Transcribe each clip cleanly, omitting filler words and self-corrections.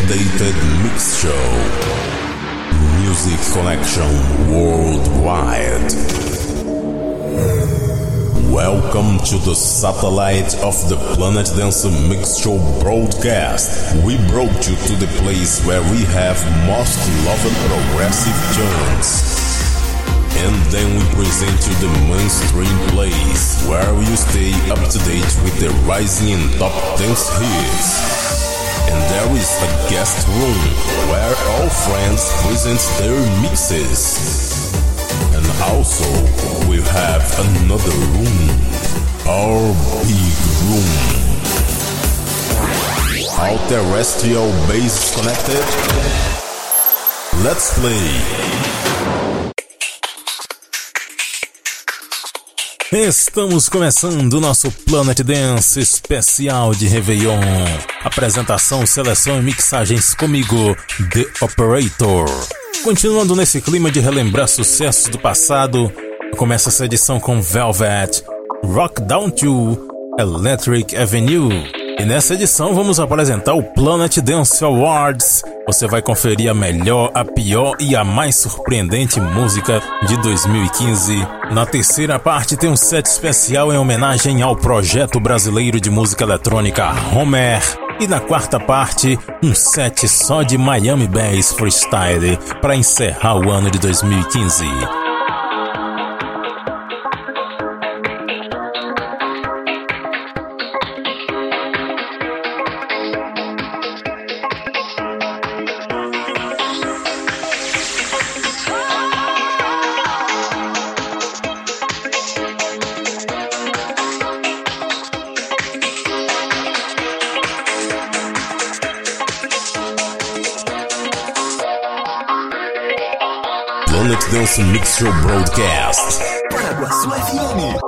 updated mix show. Music Connection Worldwide. Welcome to the satellite of the Planet Dance Mix Show broadcast. We brought you to the place where we have most loved progressive tunes. And then we present you the mainstream place where you stay up to date with the rising and top dance hits. And there is a guest room where all friends present their mixes. And also we have another room, our big room. All terrestrial bases connected. Let's play. Estamos começando o nosso Planet Dance especial de Réveillon. Apresentação, seleção e mixagens comigo, The Operator. Continuando nesse clima de relembrar sucessos do passado, começa essa edição com Velvet, Rock Down to Electric Avenue. E nessa edição vamos apresentar o Planet Dance Awards. Você vai conferir a melhor, a pior e a mais surpreendente música de 2015. Na terceira parte tem um set especial em homenagem ao projeto brasileiro de música eletrônica Homer. E na quarta parte, um set só de Miami Bass Freestyle para encerrar o ano de 2015. Planet Dance Mix Show Broadcast. Paraguaçu FM.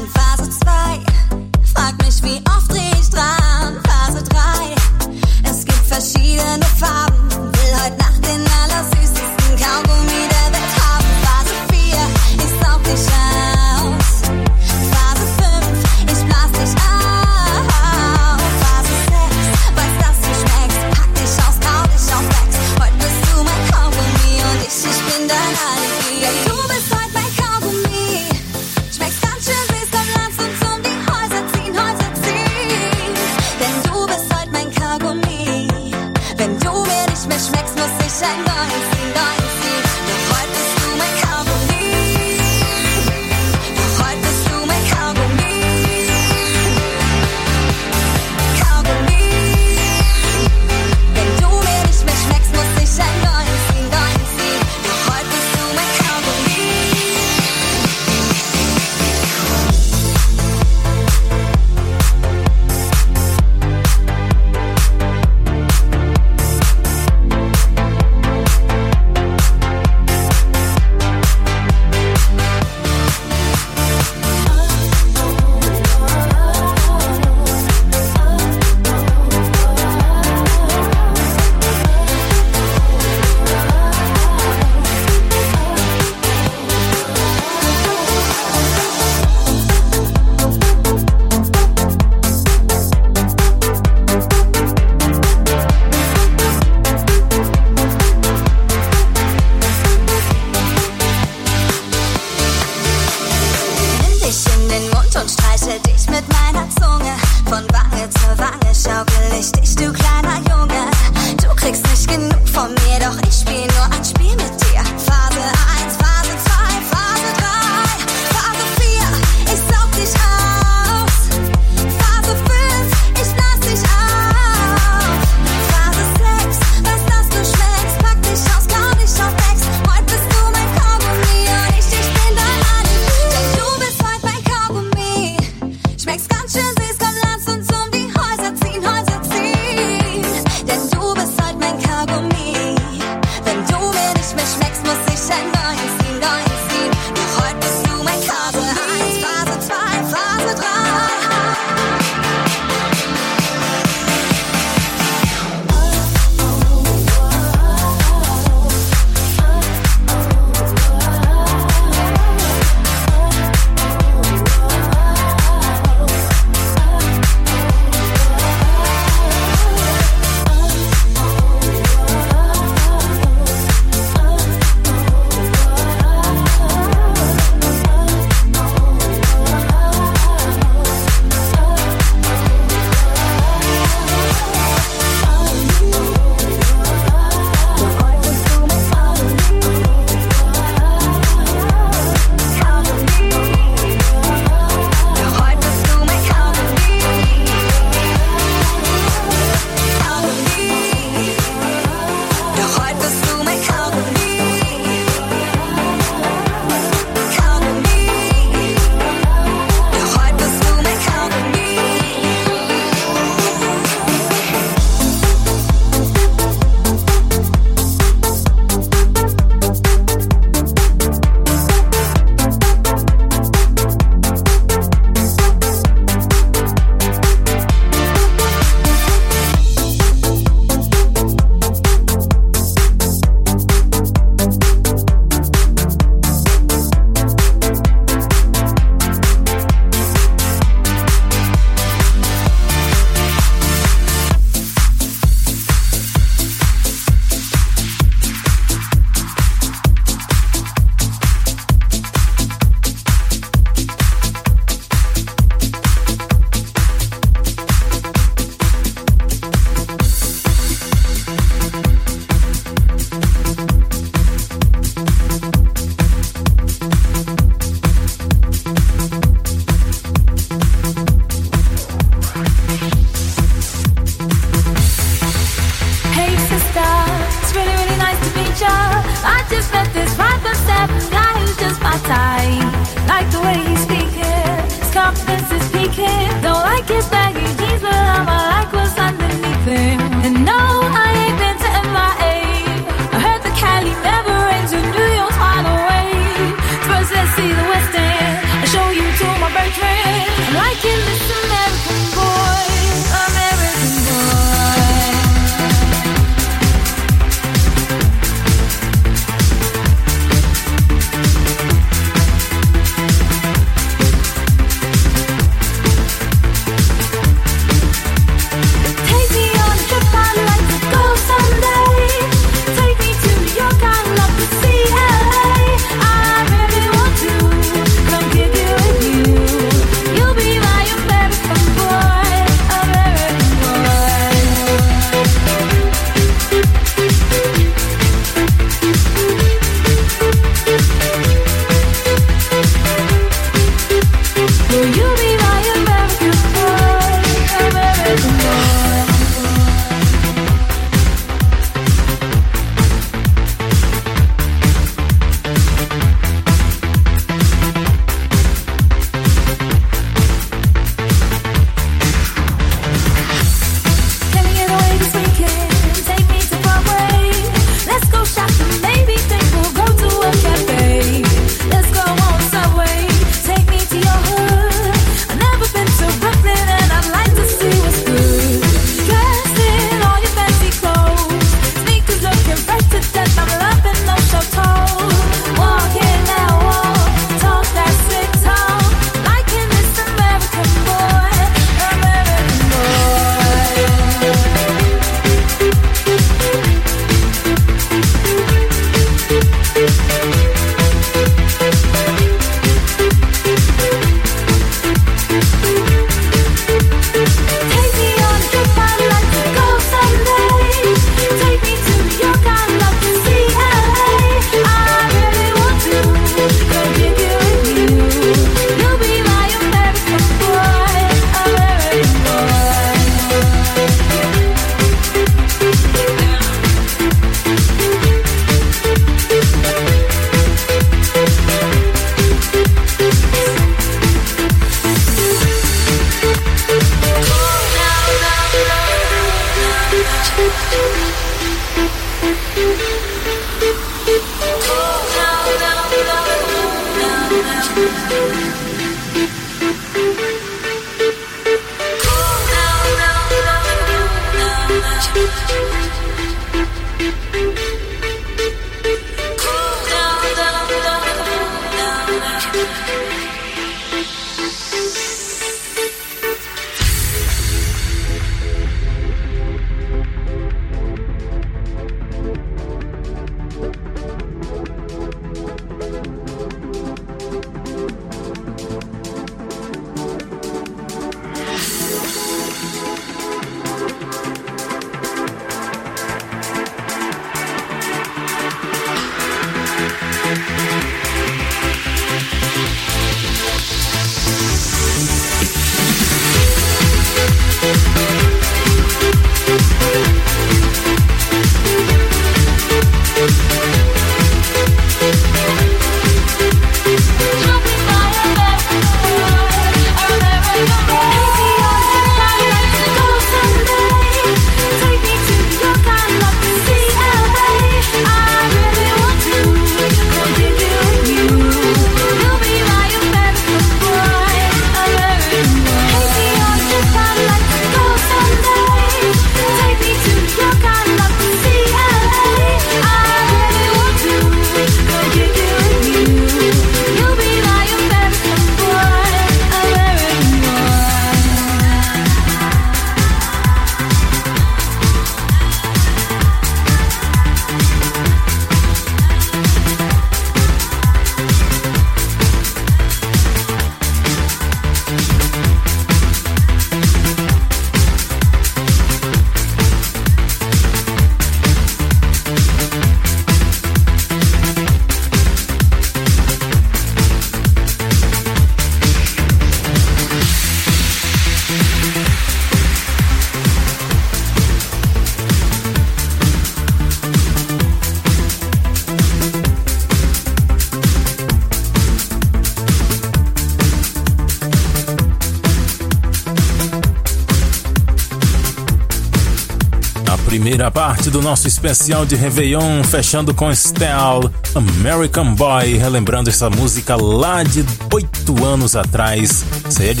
Primeira parte do nosso especial de Réveillon, fechando com Stell, American Boy, relembrando essa música lá de 8 anos atrás, isso aí é de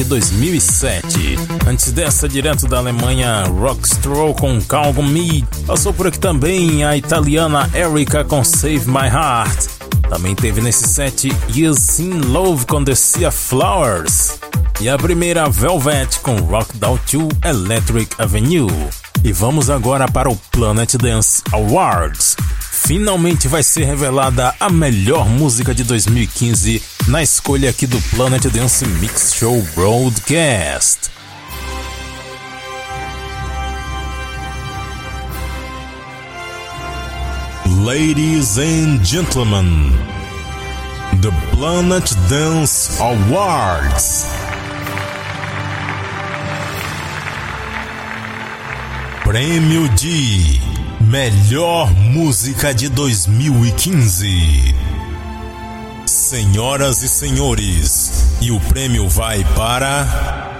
2007. Antes dessa, direto da Alemanha, Rockstro com Calm Me. Passou por aqui também a italiana Erika com Save My Heart. Também teve nesse set Years in Love com The Sea Flowers. E a primeira, Velvet com Rock Down to Electric Avenue. E vamos agora para o Planet Dance Awards. Finalmente vai ser revelada a melhor música de 2015 na escolha aqui do Planet Dance Mix Show Broadcast. Ladies and gentlemen, the Planet Dance Awards. Prêmio de Melhor Música de 2015. Senhoras e senhores, e o prêmio vai para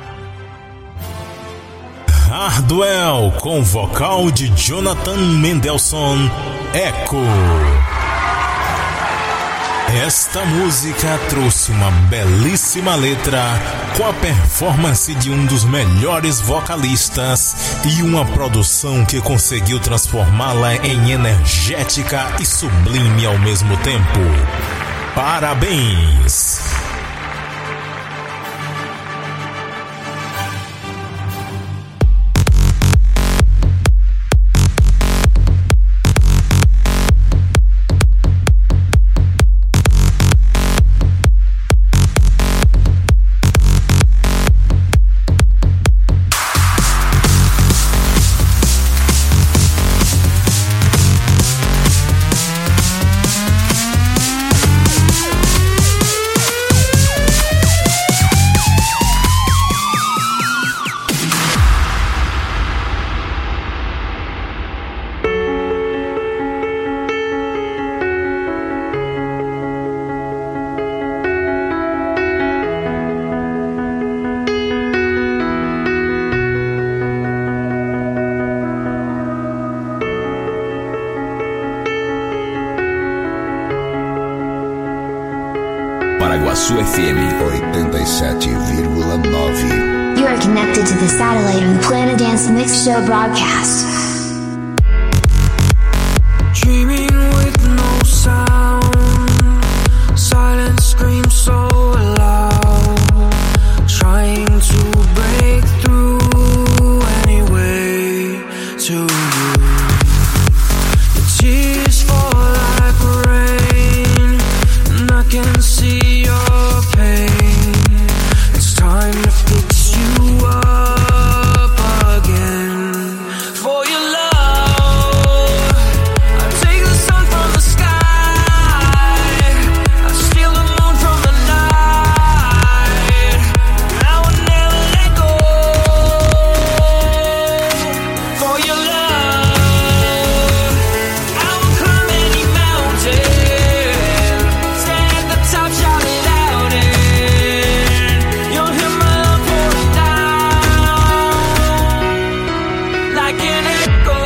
Hardwell com vocal de Jonathan Mendelsohn, Echo. Esta música trouxe uma belíssima letra com a performance de um dos melhores vocalistas e uma produção que conseguiu transformá-la em energética e sublime ao mesmo tempo. Parabéns! Paraguaçu FM 87,9. You are connected to the satellite of the Planet Dance Mix Show broadcast. Dreaming with no sound, silent screams so loud, trying to break through anyway to you. The tears fall like rain, and I can see your pain. It's time to fix you up again. For your love, I take the sun from the sky, I steal the moon from the night, and I will never let go. For your love, I will climb any mountain, stand at the top, shout it out, and you'll hear my love pouring down like an echo.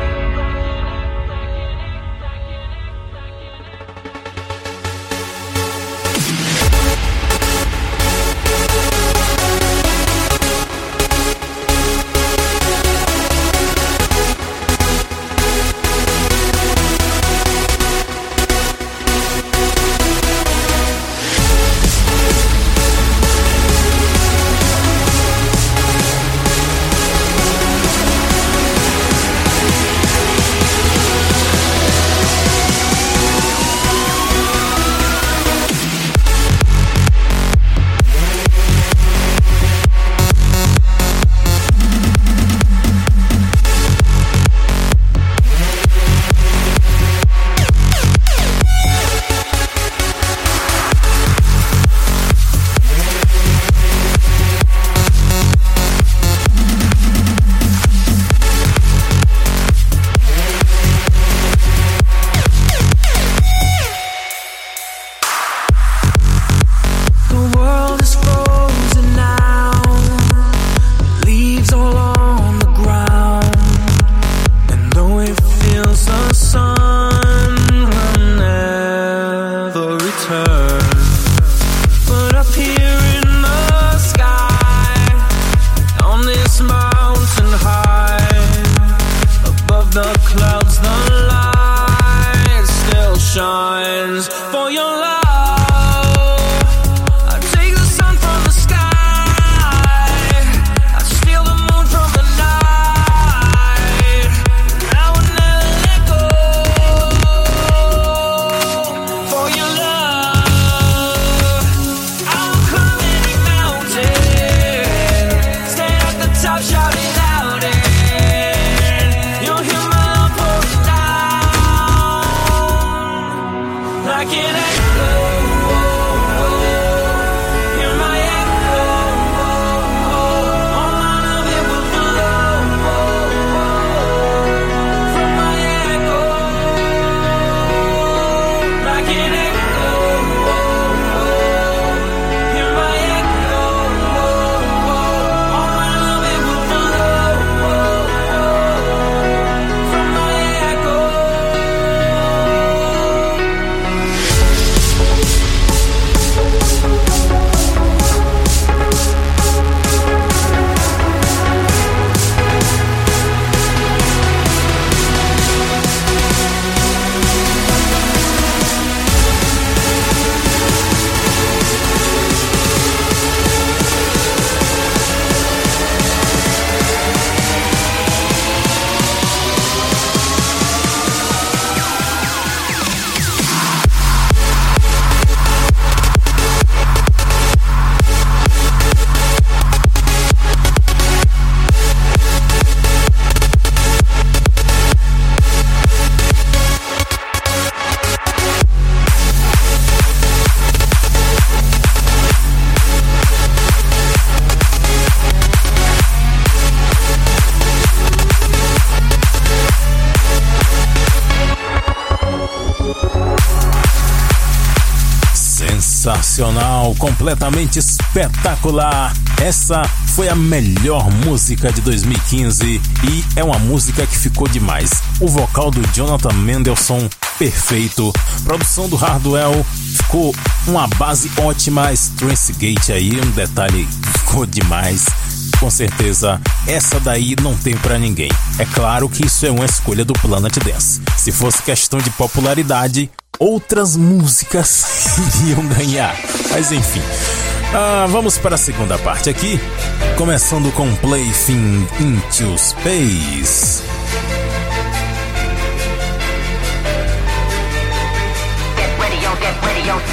The world is frozen now, leaves all on the ground, and though it feels the sun will never return, but up here in the sky, on this mountain high, above the clouds the light still shines. For your love, I take the sun from the sky, I steal the moon from the night, and I will never let go. For your love, Sensacional, completamente espetacular. Essa foi a melhor música de 2015 e é uma música que ficou demais. O vocal do Jonathan Mendelsohn, perfeito. Produção do Hardwell, ficou uma base ótima. Trance Gate aí, um detalhe, ficou demais. Com certeza, essa daí não tem pra ninguém. É claro que isso é uma escolha do Planet Dance. Se fosse questão de popularidade, outras músicas iriam ganhar. Mas enfim, vamos para a segunda parte aqui, começando com Plaything Into Space. Get ready, yo, get ready, yo.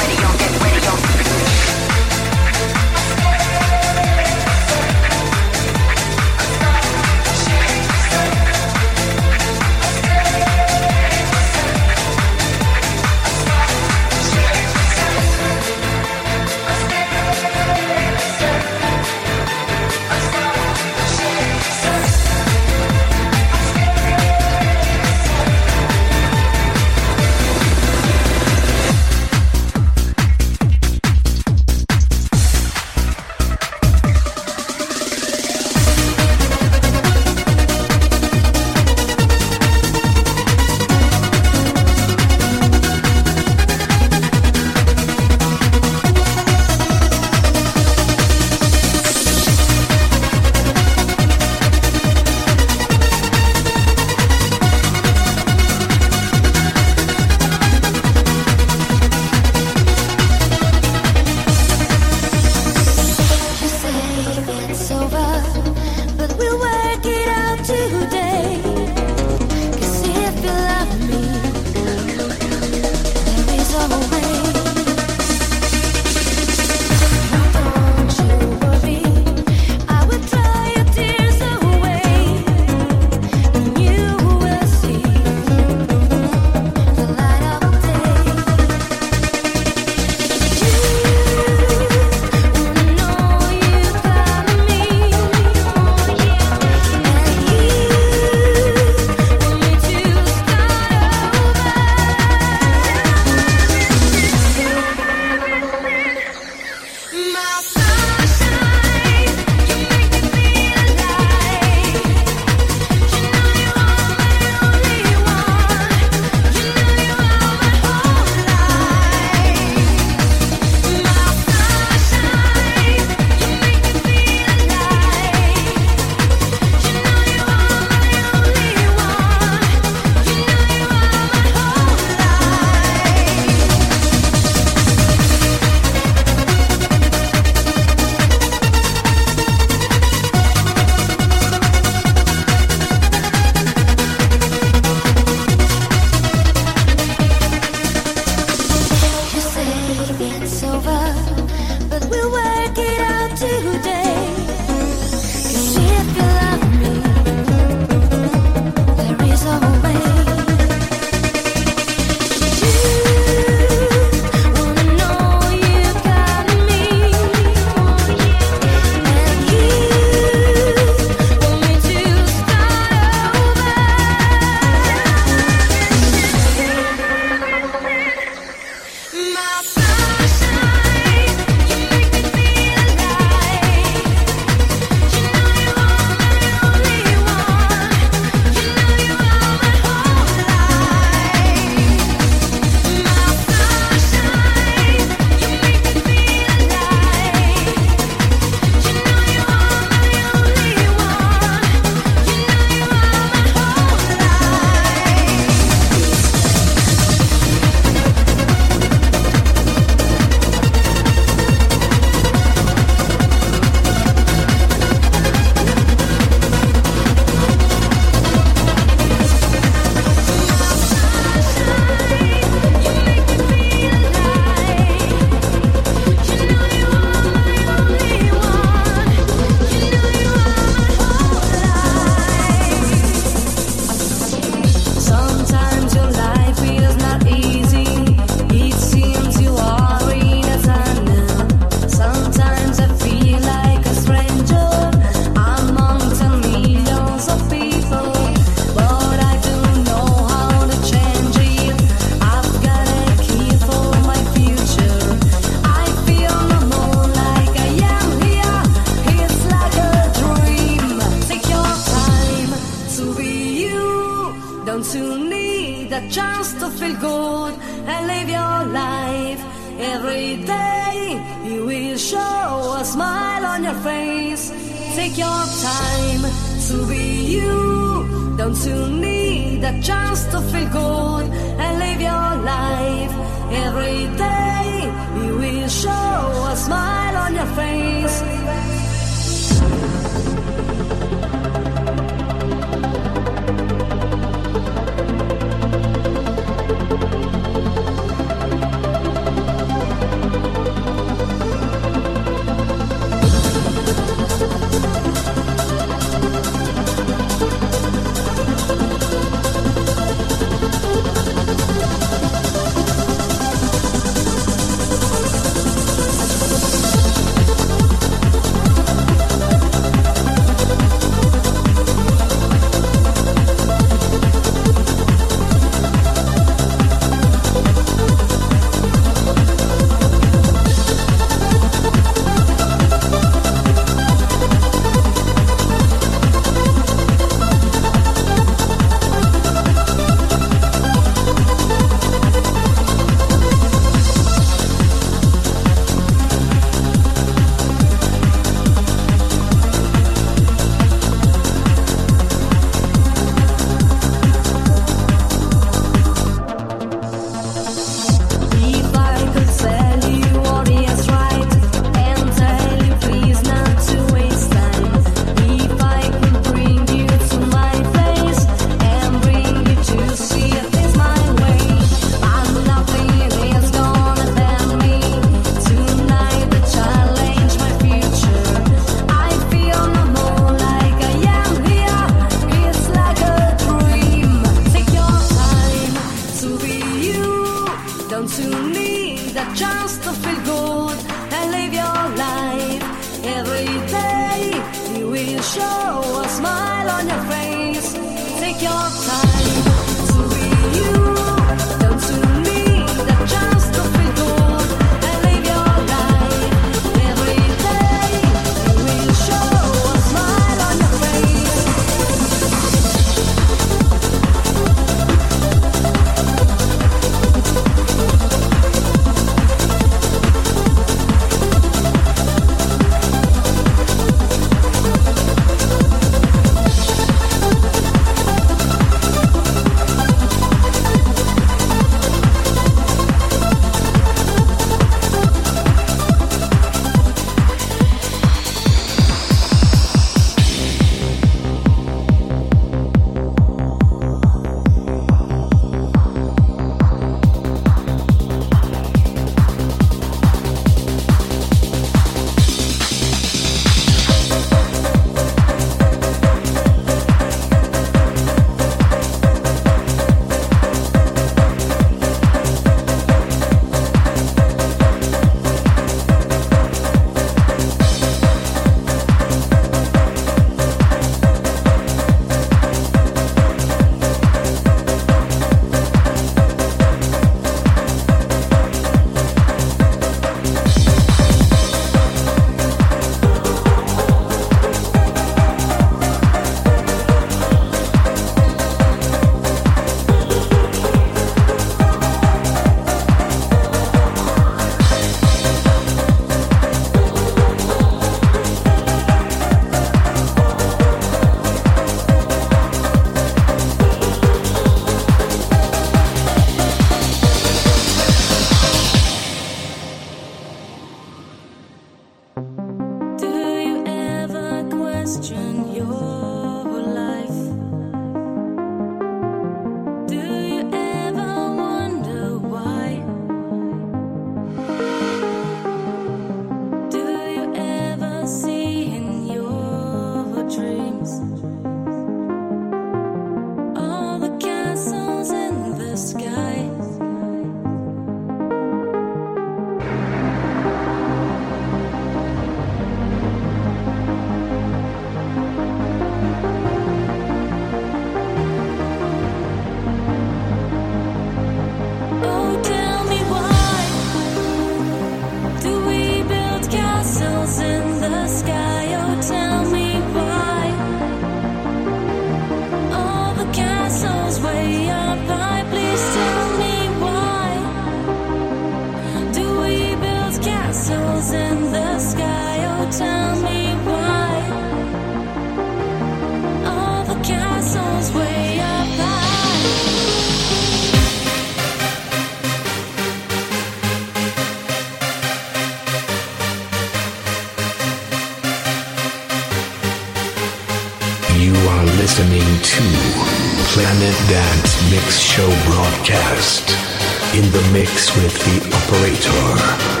Listening to Planet Dance Mix Show broadcast in the mix with the operator.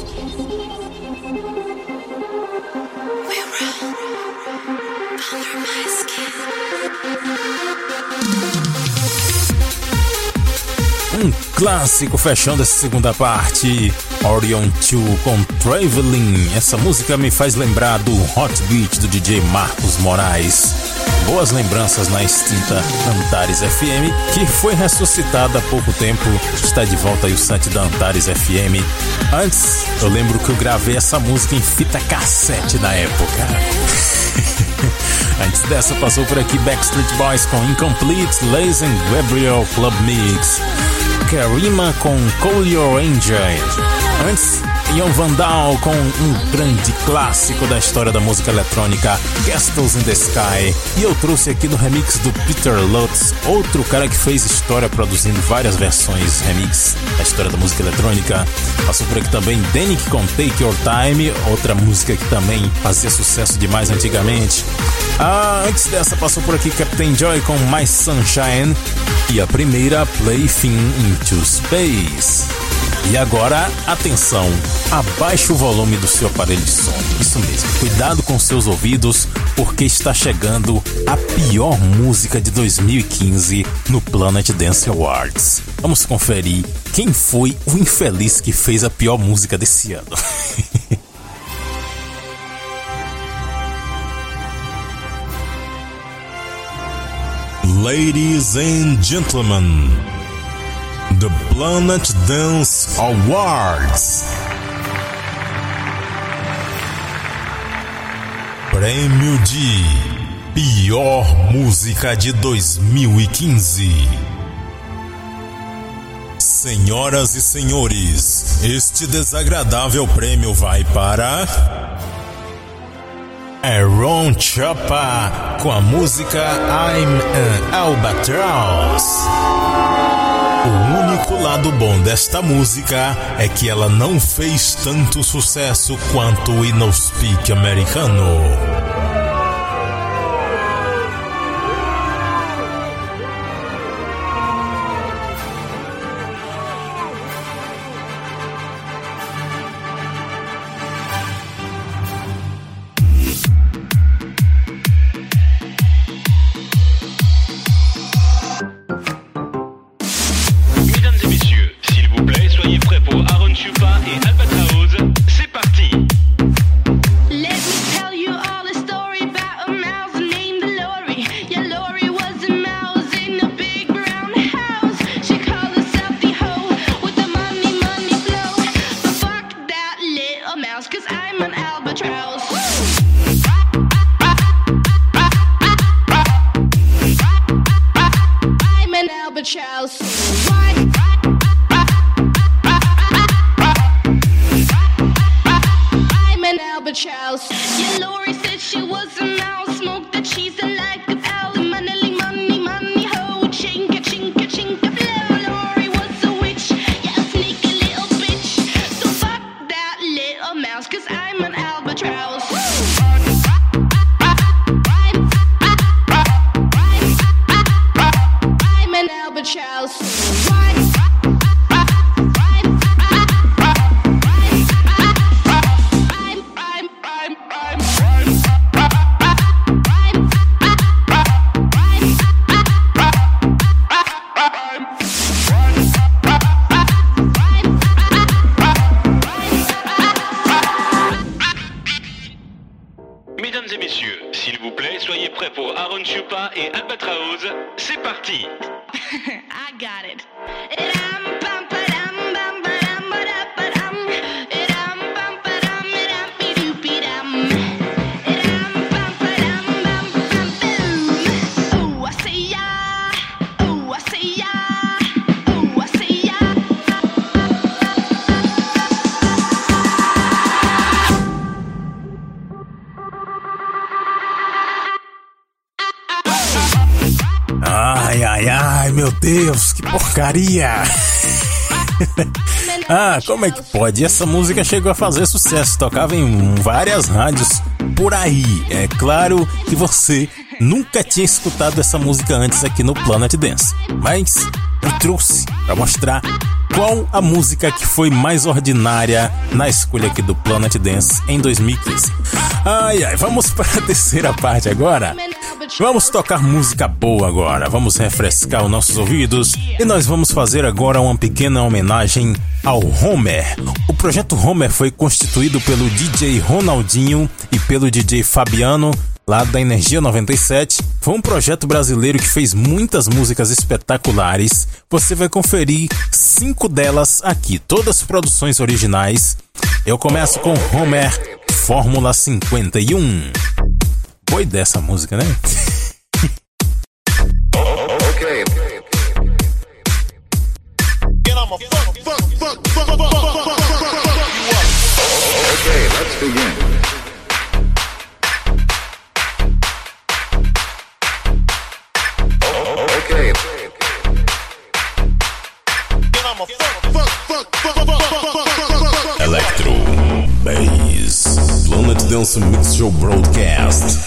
Um clássico fechando essa segunda parte, Orion 2 com Traveling. Essa música me faz lembrar do Hot Beat do DJ Marcos Moraes. Boas lembranças na extinta Antares FM, que foi ressuscitada há pouco tempo. Está de volta aí o site da Antares FM. Antes, eu lembro que eu gravei essa música em fita cassete na época. Antes dessa, passou por aqui Backstreet Boys com Incomplete, Lazy and Gabriel Club Mix, Karima com Call Your Angel. Antes, Ian Vandal com um grande clássico da história da música eletrônica, Castles in the Sky. E eu trouxe aqui no remix do Peter Lutz, outro cara que fez história produzindo várias versões remix da história da música eletrônica. Passou por aqui também Danik com Take Your Time, outra música que também fazia sucesso demais antigamente. Antes dessa, passou por aqui Captain Joy com My Sunshine e a primeira Plaything into Space. E agora, atenção, abaixe o volume do seu aparelho de som. Isso mesmo, cuidado com seus ouvidos, porque está chegando a pior música de 2015 no Planet Dance Awards. Vamos conferir quem foi o infeliz que fez a pior música desse ano. Ladies and gentlemen, the Planet Dance Awards. Prêmio de pior música de 2015. Senhoras e senhores, este desagradável prêmio vai para Aaron Choppa com a música I'm an Albatross. O único lado bom desta música é que ela não fez tanto sucesso quanto o We No Speak americano. Ai, meu Deus, que porcaria! Como é que pode? Essa música chegou a fazer sucesso, tocava em várias rádios por aí. É claro que você nunca tinha escutado essa música antes aqui no Planet Dance, mas eu trouxe para mostrar Qual a música que foi mais ordinária na escolha aqui do Planet Dance em 2015? Ai, vamos para a terceira parte agora. Vamos tocar música boa agora, vamos refrescar os nossos ouvidos e nós vamos fazer agora uma pequena homenagem ao Homer. O projeto Homer foi constituído pelo DJ Ronaldinho e pelo DJ Fabiano, lá da Energia 97. Foi um projeto brasileiro que fez muitas músicas espetaculares. Você vai conferir 5 delas aqui, todas produções originais. Eu começo com Homer, Fórmula 51. Foi dessa música, né? Okay. Okay, let's begin. Okay. Electro Bass Planet Dance Mix Show Broadcast.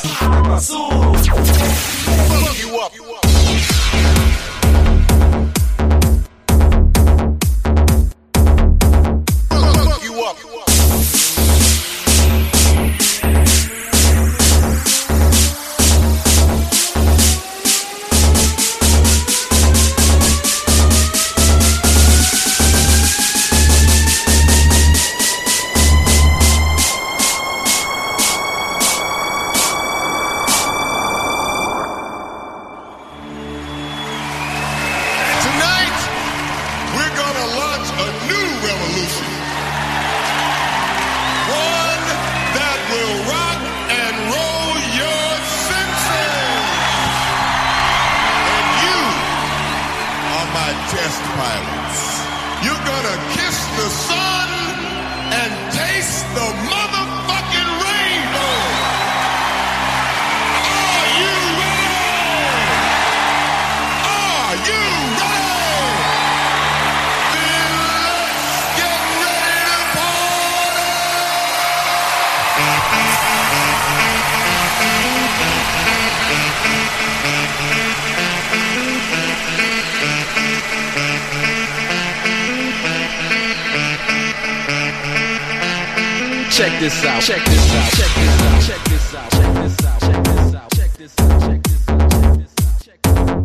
Check this out, check this out, check this out, check this out, check this out, check this out, check this out, check this out, check this out,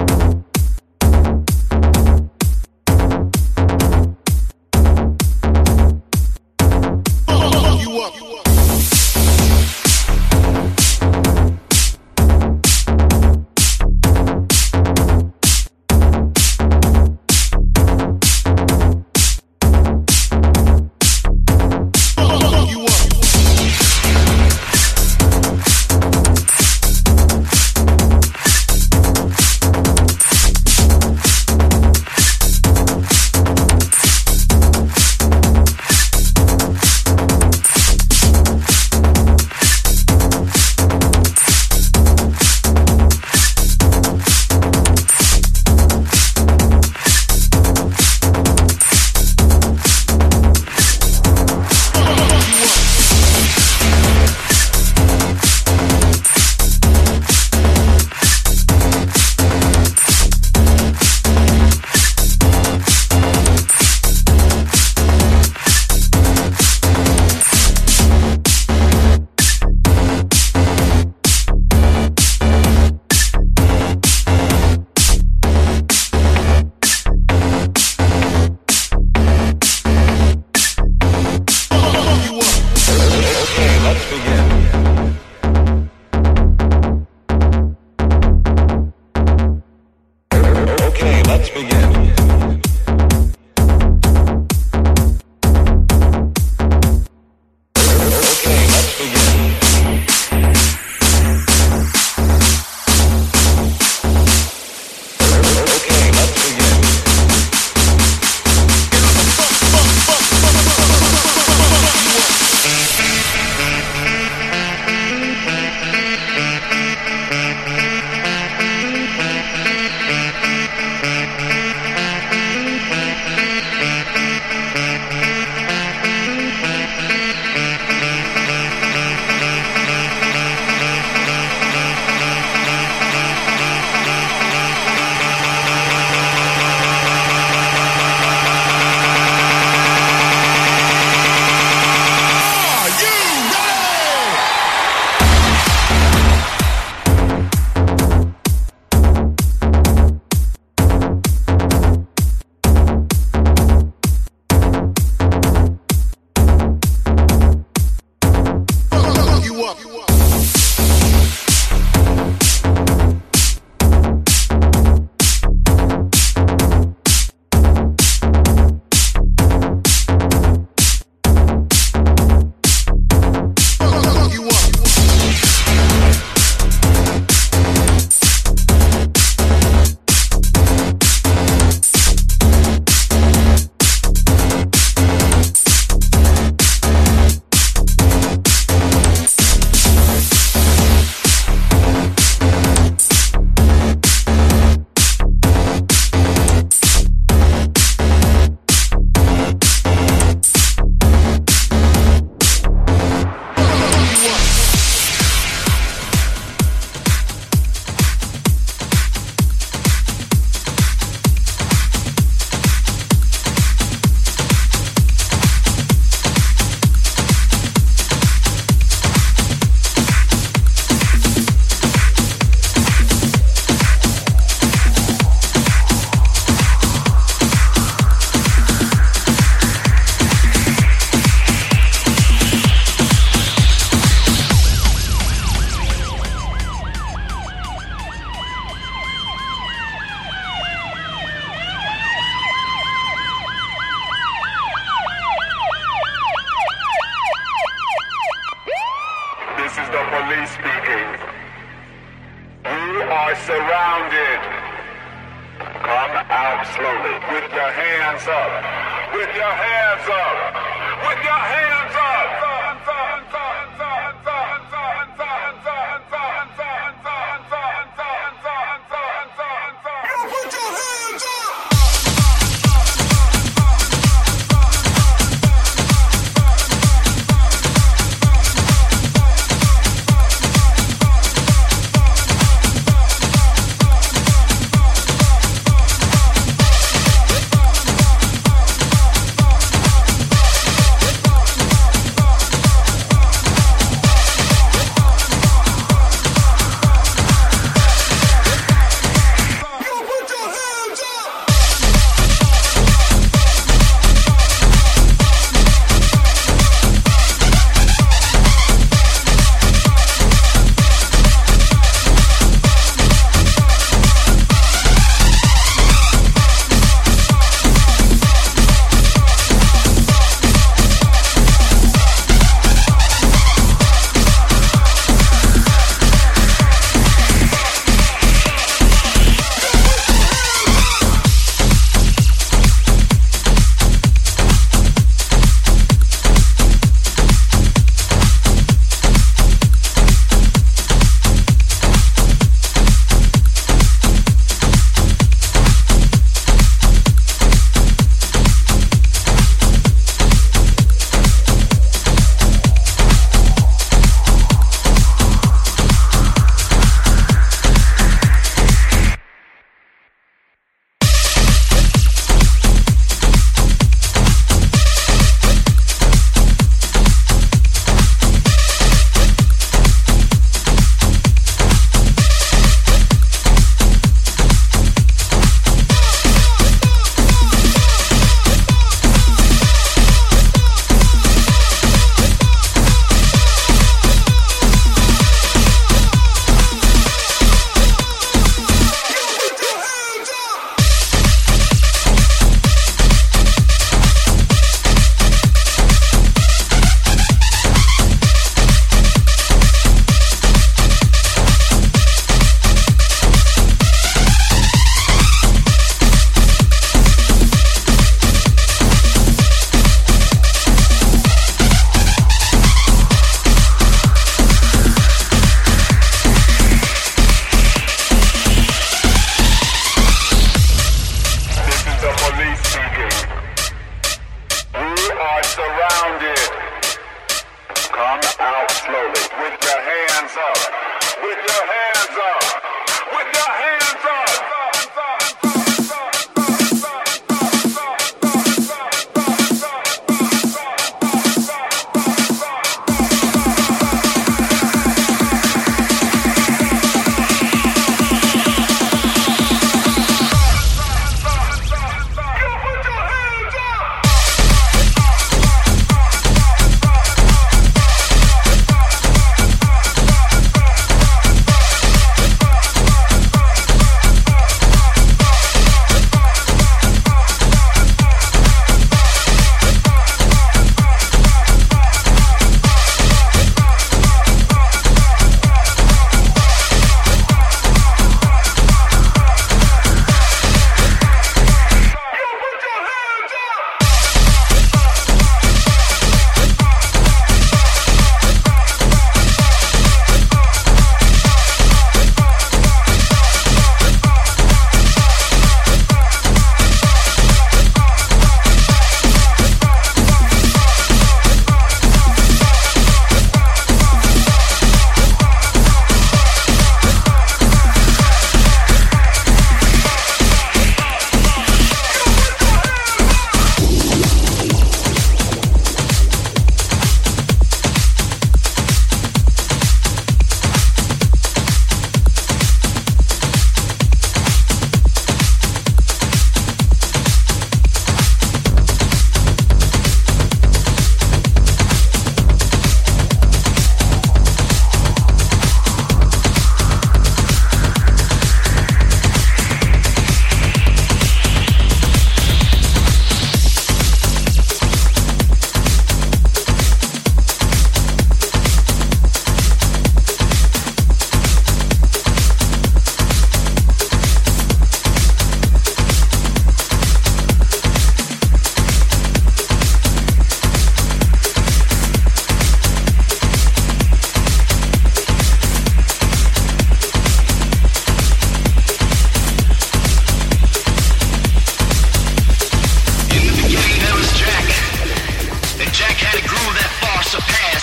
You up.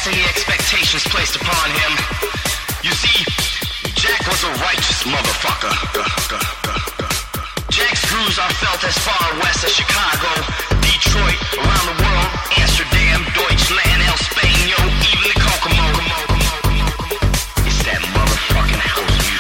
past and the expectations placed upon him. You see, Jack was a righteous motherfucker. Jack's grooves are felt as far west as Chicago, Detroit, around the world, Amsterdam, Deutschland, El Spaño, even the Kokomo. It's that motherfucking house music.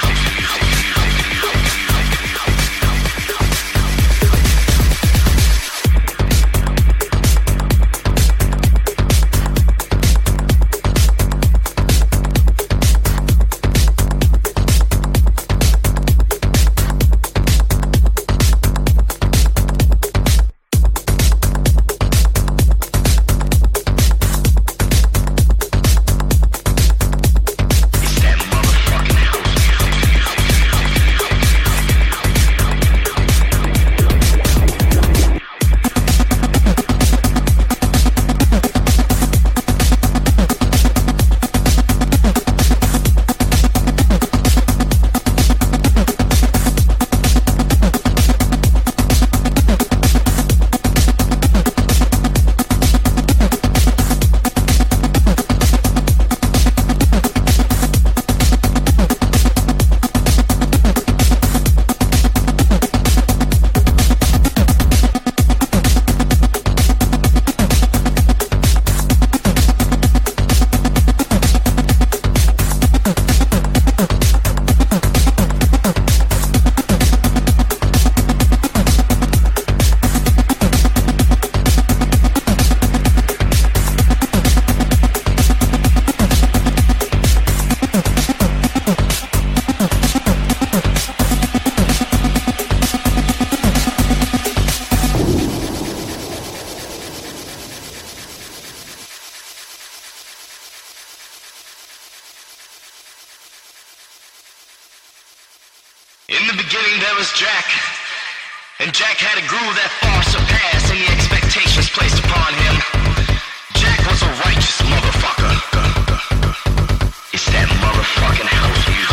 In the beginning there was Jack, and Jack had a groove that far surpassed any expectations placed upon him. Jack was a righteous motherfucker. It's that motherfucking house music.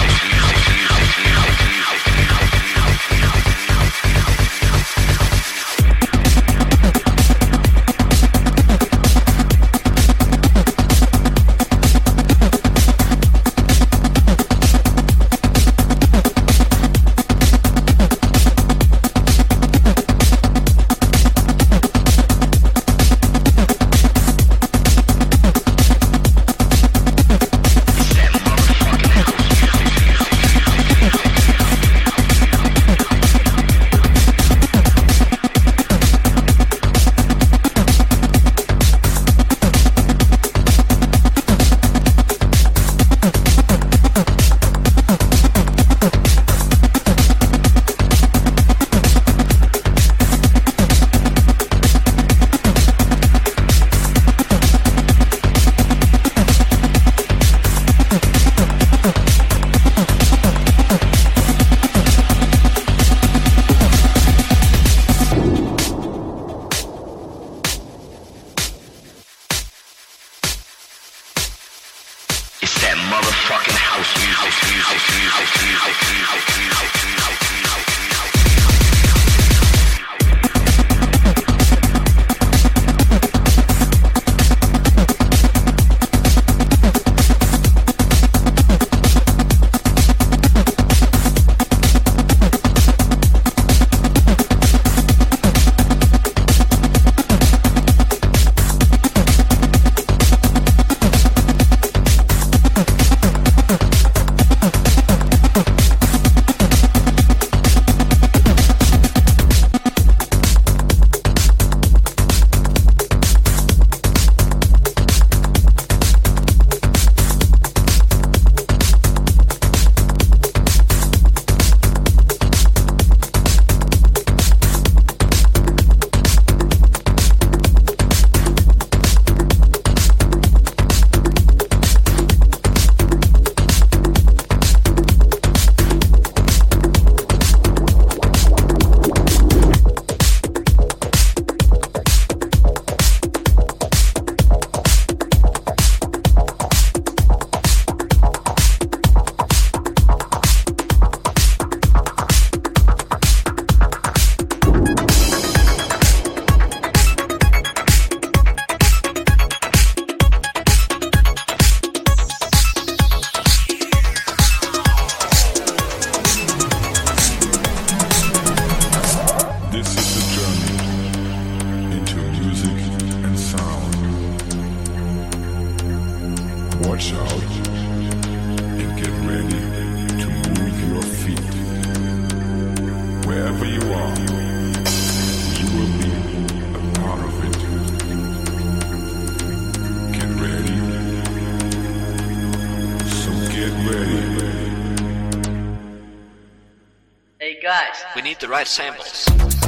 watch out and get ready to move your feet. Wherever you are, you will be a part of it. Get ready. So get ready. Hey guys, we need the right samples.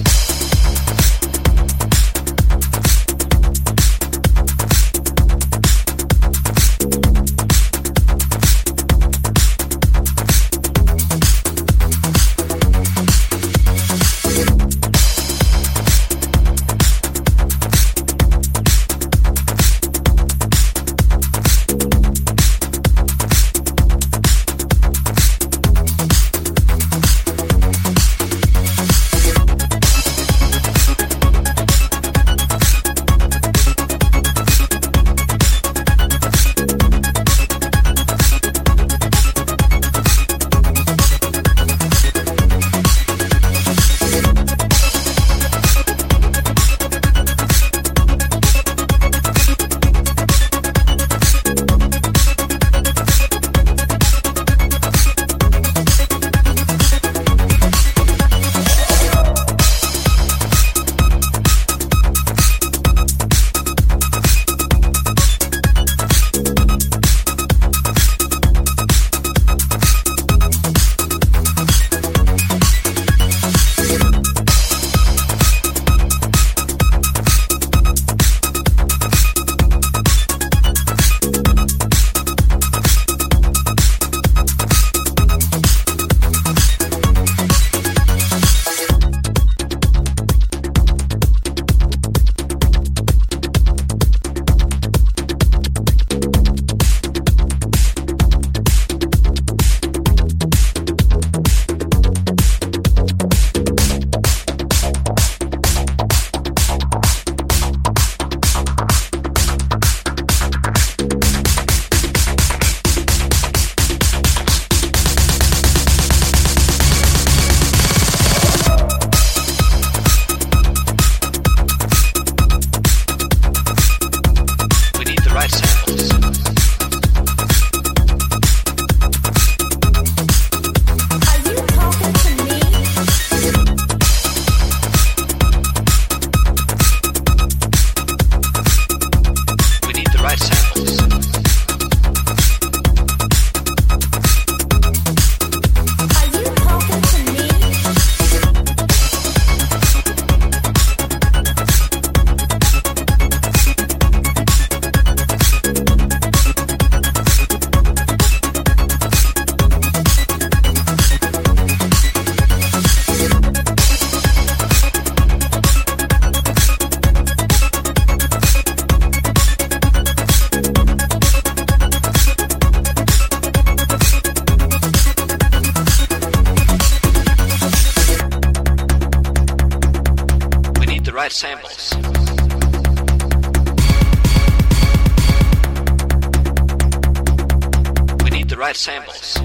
Samples. We need the right samples.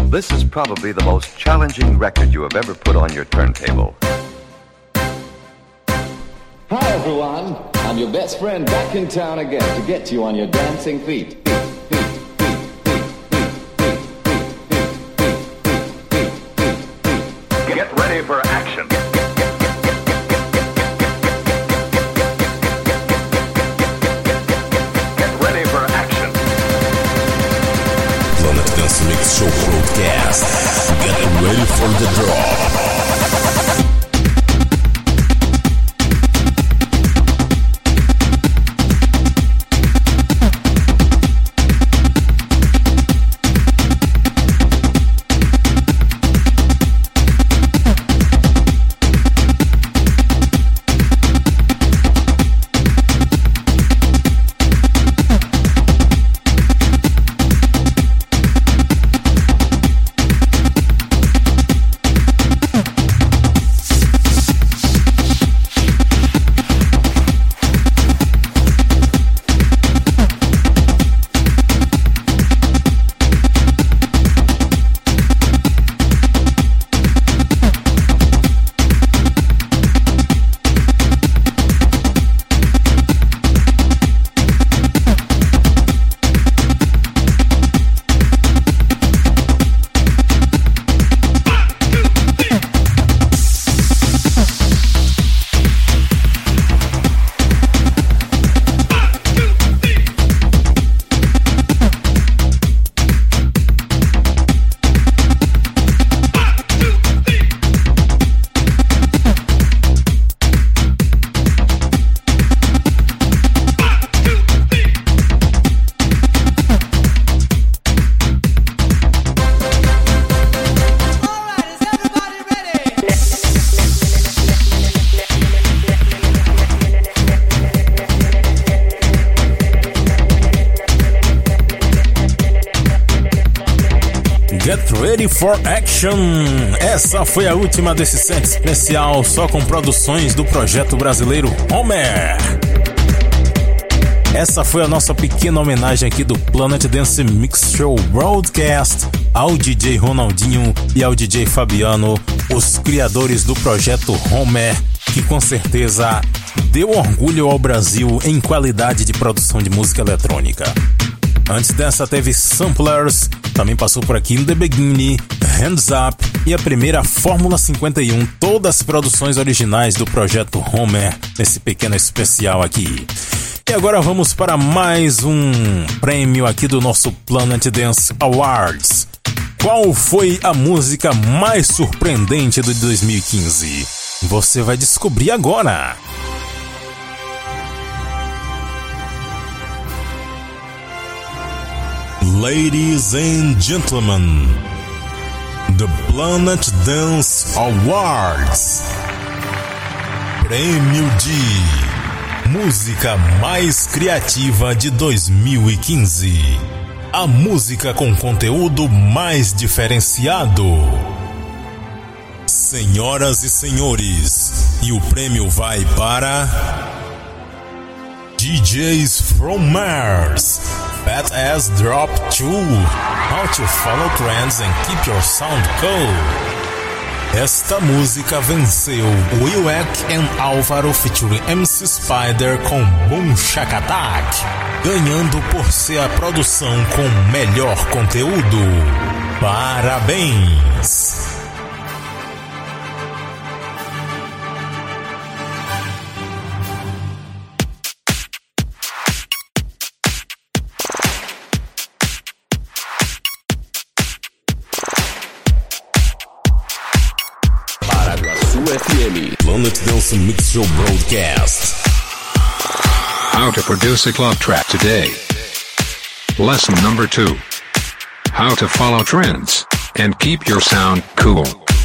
This is probably the most challenging record you have ever put on your turntable. Hi everyone, I'm your best friend back in town again to get you on your dancing feet. Get ready for action. Get ready for action. Planet Dance Mix Show Broadcast. Get ready for the drop. Get Ready for Action! Essa foi a última desse set especial só com produções do projeto brasileiro Homer. Essa foi a nossa pequena homenagem aqui do Planet Dance Mix Show Broadcast ao DJ Ronaldinho e ao DJ Fabiano, os criadores do projeto Homer, que com certeza deu orgulho ao Brasil em qualidade de produção de música eletrônica. Antes dessa teve Samplers, também passou por aqui In The Beginning, Hands Up e a primeira Fórmula 51, todas as produções originais do projeto Homer, nesse pequeno especial aqui. E agora vamos para mais um prêmio aqui do nosso Planet Dance Awards. Qual foi a música mais surpreendente de 2015? Você vai descobrir agora! Ladies and gentlemen, the Planet Dance Awards. Prêmio de Música Mais Criativa de 2015. A música com conteúdo mais diferenciado. Senhoras e senhores, e o prêmio vai para DJs from Mars, Fat Ass Drop 2, How to Follow Trends and Keep Your Sound Cool. Esta música venceu Will Eck and Álvaro featuring MC Spider com Boom Shack Attack, ganhando por ser a produção com melhor conteúdo. Parabéns! Planet Dance Mix Show Broadcast. How to produce a club track today. Lesson number 2. How to follow trends and keep your sound cool.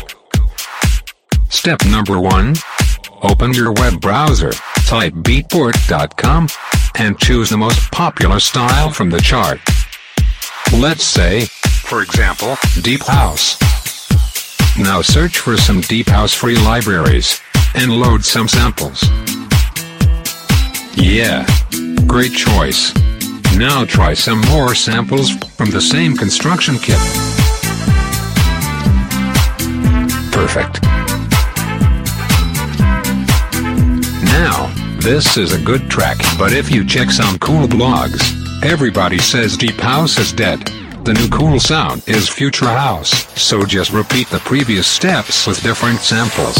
Step number 1. Open your web browser, type beatport.com, and choose the most popular style from the chart. Let's say, for example, Deep House. Now search for some Deep House free libraries, and load some samples. Yeah, great choice. Now try some more samples from the same construction kit. perfect. Now, this is a good track, but if you check some cool blogs, everybody says deep house is dead. The new cool sound is future house, so just repeat the previous steps with different samples.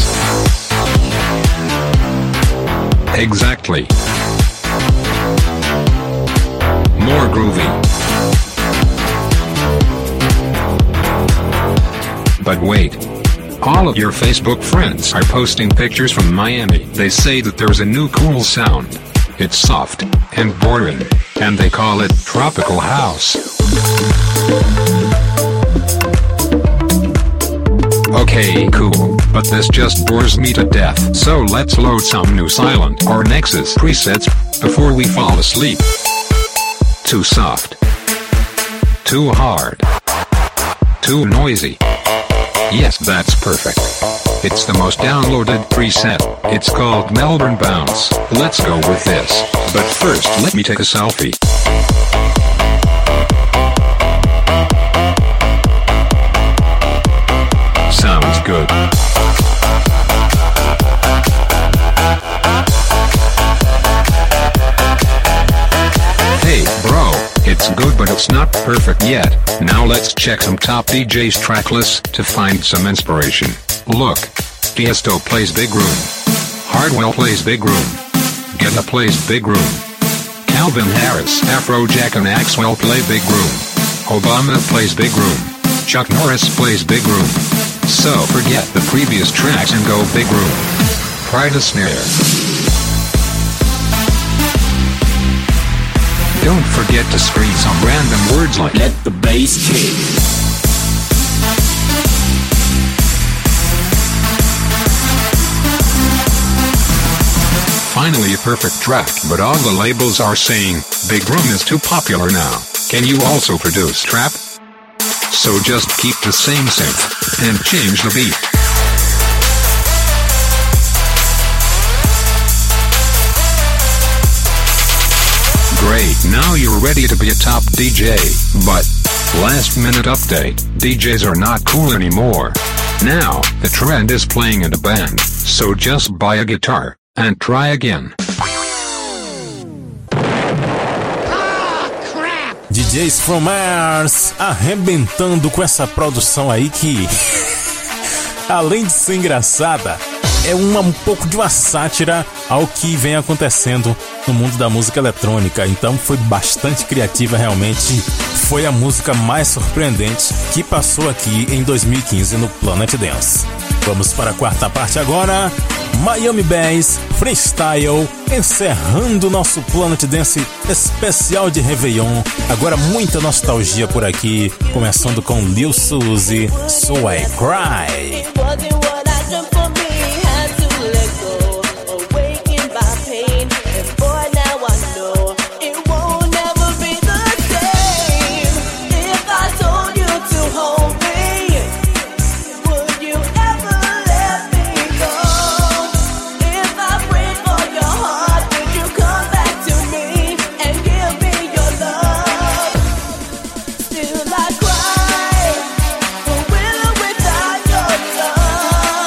Exactly. More groovy. But wait. All of your Facebook friends are posting pictures from Miami. They say that there's a new cool sound. It's soft and boring, and they call it tropical house. Okay, cool, but this just bores me to death. So let's load some new Silent or Nexus presets before we fall asleep. Too soft. Too hard. Too noisy. Yes, that's perfect. It's the most downloaded preset. It's called Melbourne Bounce. Let's go with this. But first, let me take a selfie. Sounds good. Hey, bro, it's good but it's not perfect yet. Now let's check some top DJs' track lists to find some inspiration. Look, Tiesto plays Big Room. Hardwell plays Big Room. Guetta plays Big Room. Calvin Harris, Afrojack and Axwell play Big Room. Obama plays Big Room. Chuck Norris plays Big Room. So forget the previous tracks and go Big Room. Pride a snare. Don't forget to screen some random words like let the bass kick. Finally a perfect track, but all the labels are saying Big Room is too popular now. Can you also produce trap? So just keep the same synth and change the beat. Great, now you're ready to be a top DJ, but last minute update, DJs are not cool anymore. Now, the trend is playing in a band, so just buy a guitar and try again. DJs from Mars arrebentando com essa produção aí que, além de ser engraçada, é um pouco de uma sátira ao que vem acontecendo no mundo da música eletrônica. Então foi bastante criativa, realmente foi a música mais surpreendente que passou aqui em 2015 no Planet Dance. Vamos para a quarta parte agora. Miami Bass Freestyle, encerrando o nosso Planet Dance especial de Réveillon. Agora muita nostalgia por aqui, começando com Lil Suzy, So I Cry. Still I cry, but with or without your love.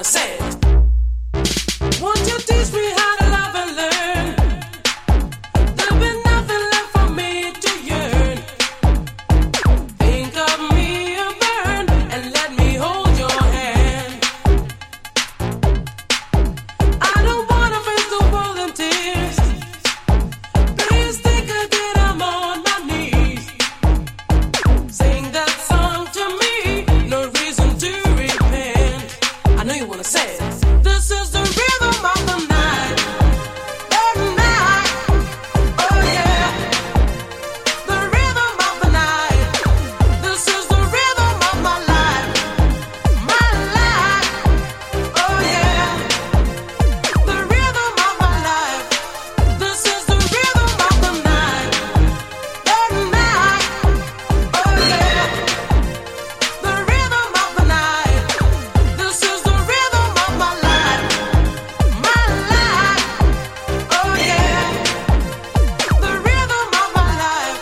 say it. Won't you teach me how to love and learn? There'll be nothing left for me to yearn. Think of me a burn and let me hold your hand. I don't wanna face the world in tears. Please think again, I'm on my knees. Sing that song to me, no reason to repent. I know you wanna say it. This is the rhythm of the night. At night, oh yeah. The rhythm of the night. This is the rhythm of my life. My life, oh yeah. The rhythm of my life. This is the rhythm of the night. At night, oh yeah. The rhythm of the night. This is the rhythm of my life. My life, oh yeah. The rhythm of my life.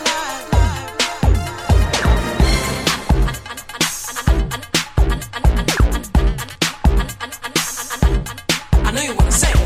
I know you wanna say it.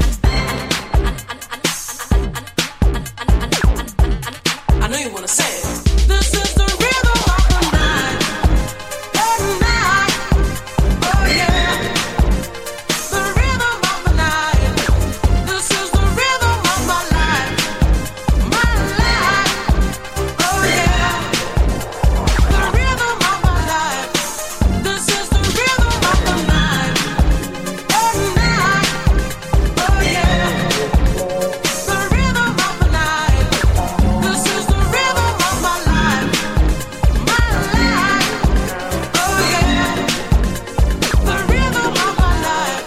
I know you wanna say it. This is the rhythm of the night. At night, oh yeah. The rhythm of the night. This is the rhythm of my life. My life, oh yeah. The rhythm of my life. This is the rhythm of the night. At night, oh yeah. The rhythm of the night. This is the rhythm of my life. My life, oh yeah. The rhythm of my life.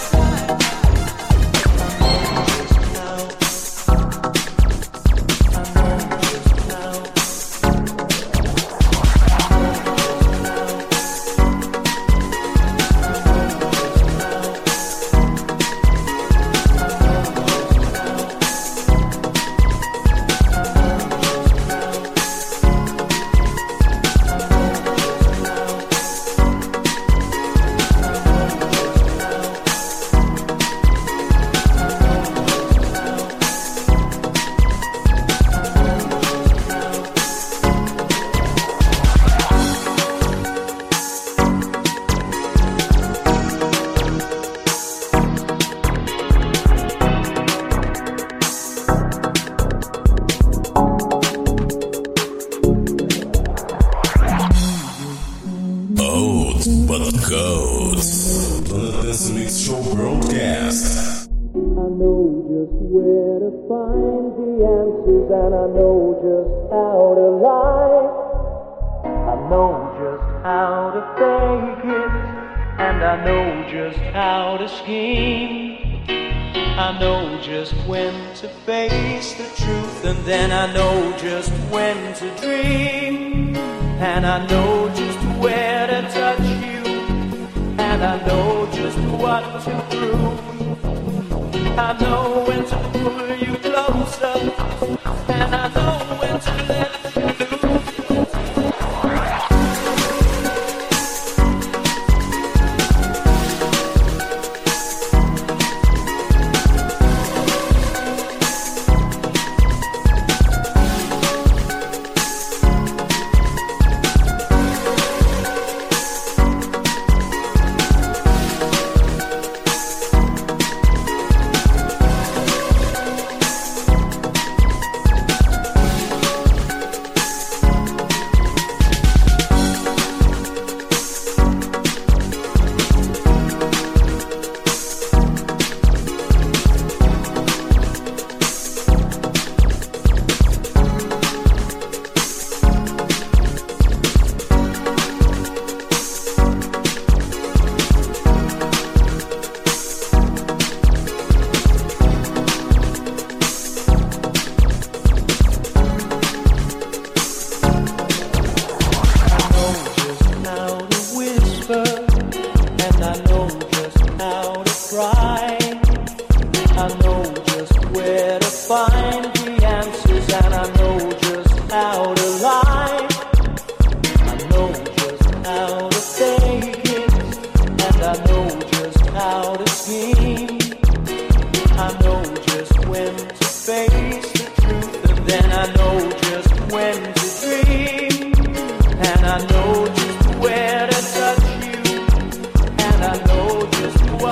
Old but gold. Planet Dance Mix Show broadcast. I know just where to find the answers, and I know just how to lie. I know just how to fake it, and I know just how to scheme. I know just when to face the truth, and then I know just when to dream. And I know just where to touch you, and I know just what to prove. I know when to pull you closer, and I know when to let you loose.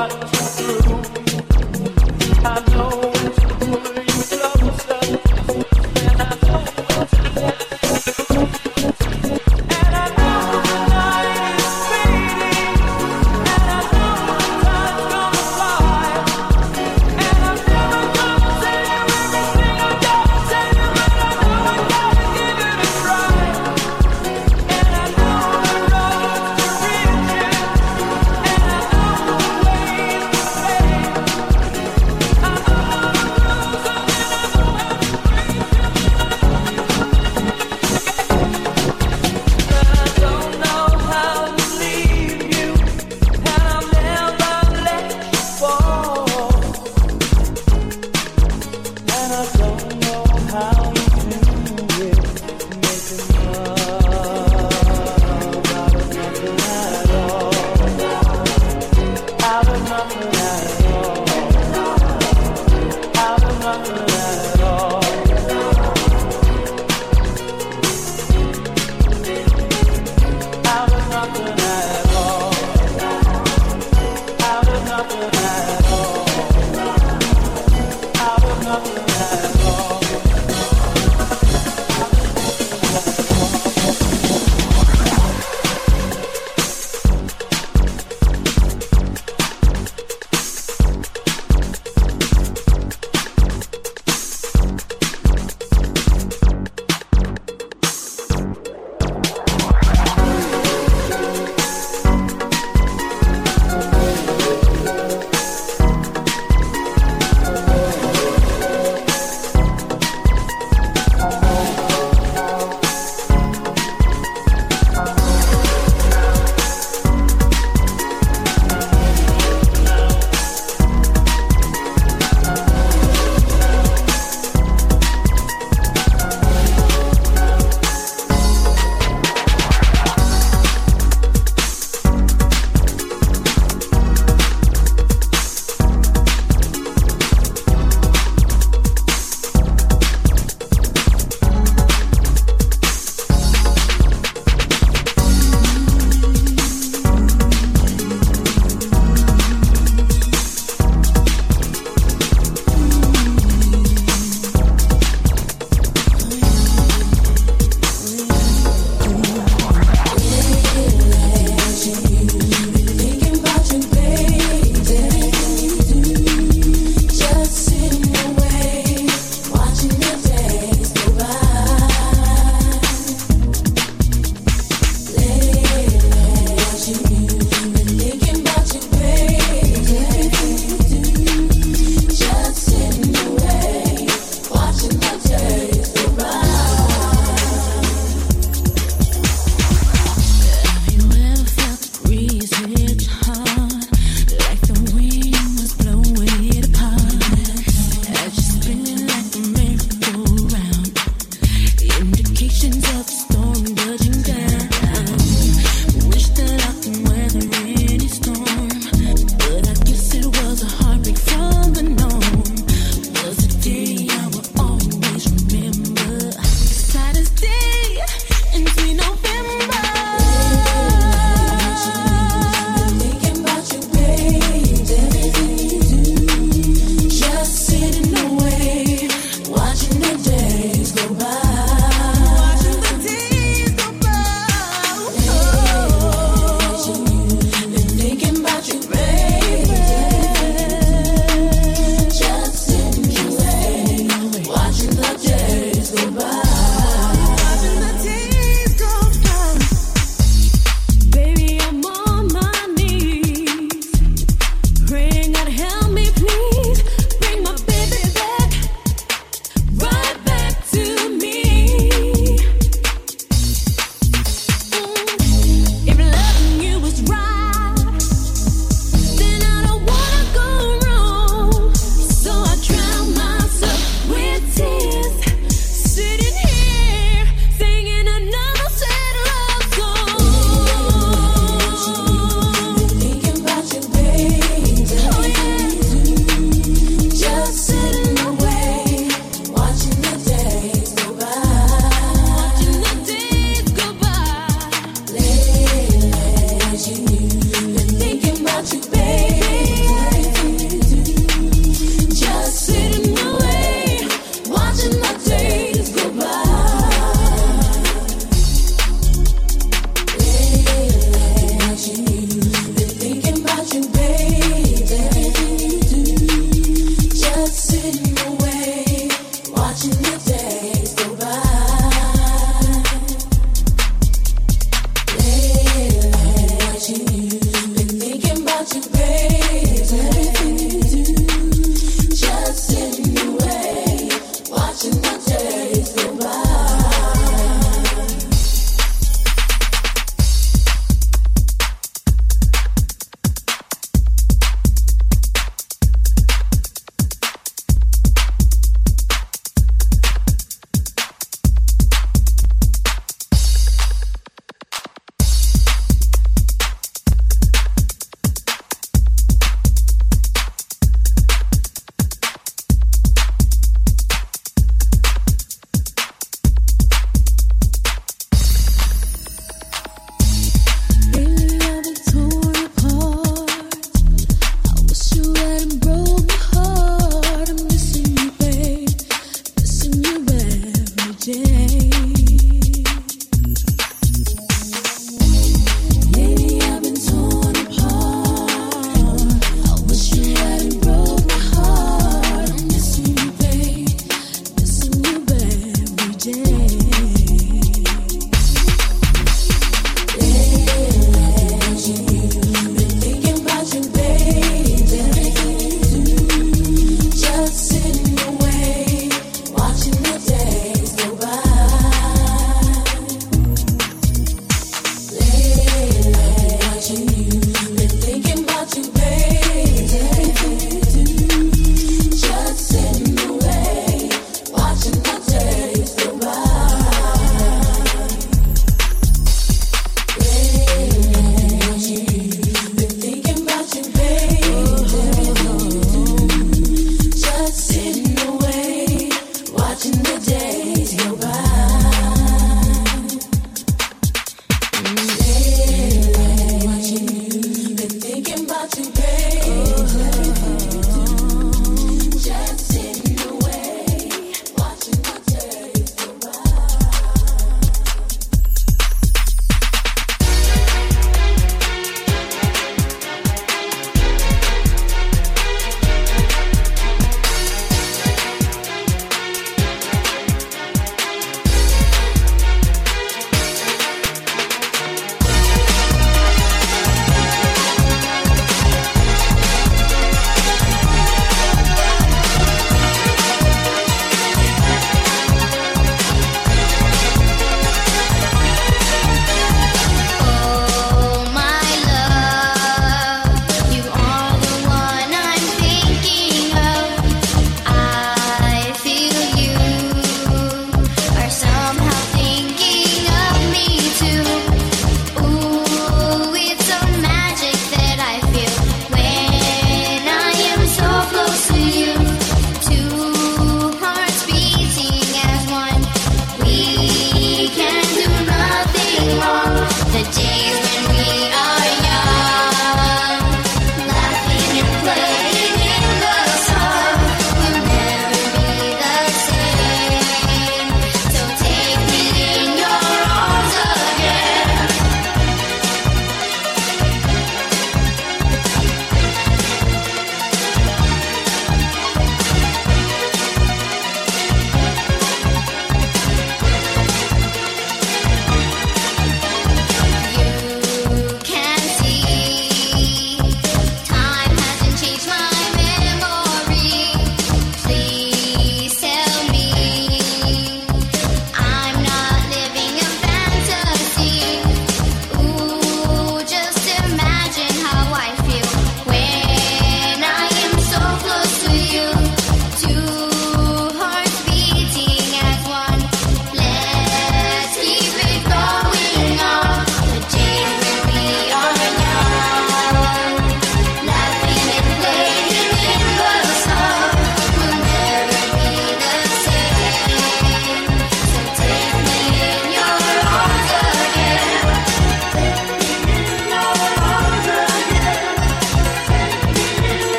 Hey!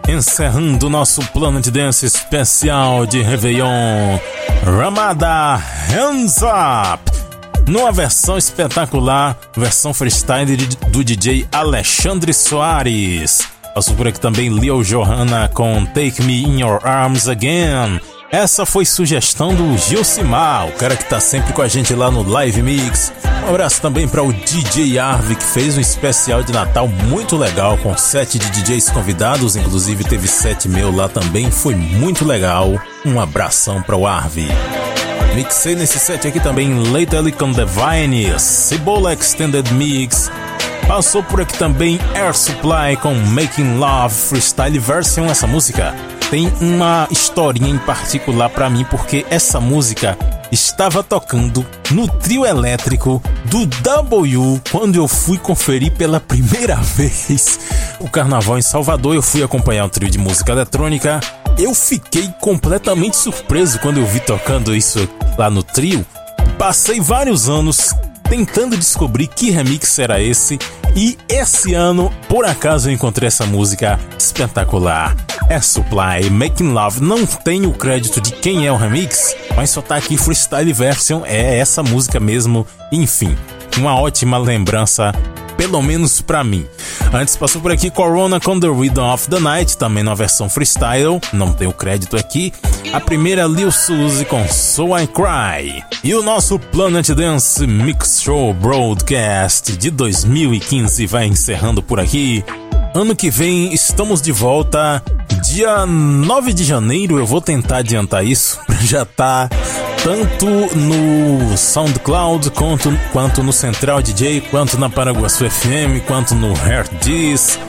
encerrando o nosso Planet Dance especial de Réveillon, Ramada Hands Up, numa versão espetacular, versão freestyle do DJ Alexandre Soares. Passou por aqui também Leo Johanna com Take Me In Your Arms Again. Essa foi sugestão do Gilcimar, o cara que tá sempre com a gente lá no Live Mix. Um abraço também para o DJ Arve, que fez um especial de Natal muito legal, com 7 de DJs convidados, inclusive teve 7 meu lá também, foi muito legal. Um abração para o Arve. Mixei nesse set aqui também Late Helicon Divine, Cibola Extended Mix. Passou por aqui também Air Supply com Making Love Freestyle Version. Essa música tem uma historinha em particular pra mim, porque essa música estava tocando no trio elétrico do W quando eu fui conferir pela primeira vez o carnaval em Salvador. Eu fui acompanhar um trio de música eletrônica. Eu fiquei completamente surpreso quando eu vi tocando isso lá no trio. Passei vários anos tentando descobrir que remix era esse, e esse ano, por acaso, eu encontrei essa música espetacular. Air Supply, Making Love. Não tenho o crédito de quem é o remix, mas só tá aqui Freestyle Version, é essa música mesmo. Enfim, uma ótima lembrança, pelo menos pra mim. Antes passou por aqui Corona com The Rhythm of the Night, também na versão freestyle, não tenho crédito aqui. A primeira, Lil Suzy com So I Cry. E o nosso Planet Dance Mix Show Broadcast de 2015 vai encerrando por aqui. Ano que vem estamos de volta, dia 9 de janeiro, eu vou tentar adiantar isso, já tá tanto no SoundCloud quanto no Central DJ, quanto na Paraguaçu FM, quanto no Heart Diss.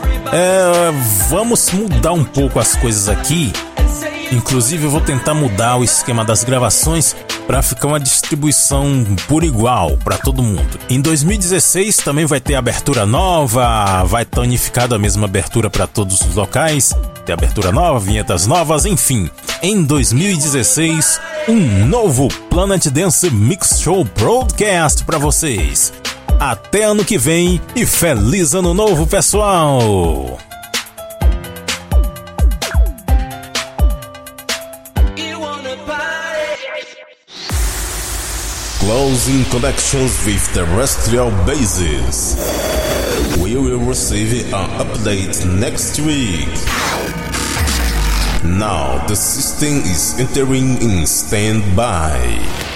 Vamos mudar um pouco as coisas aqui. Inclusive eu vou tentar mudar o esquema das gravações para ficar uma distribuição por igual para todo mundo. Em 2016 também vai ter abertura nova, vai estar unificado a mesma abertura para todos os locais, tem abertura nova, vinhetas novas, enfim. Em 2016, um novo Planet Dance Mix Show Broadcast para vocês. Até ano que vem e feliz ano novo, pessoal! Closing connections with terrestrial bases. We will receive an update next week. Now the system is entering in standby.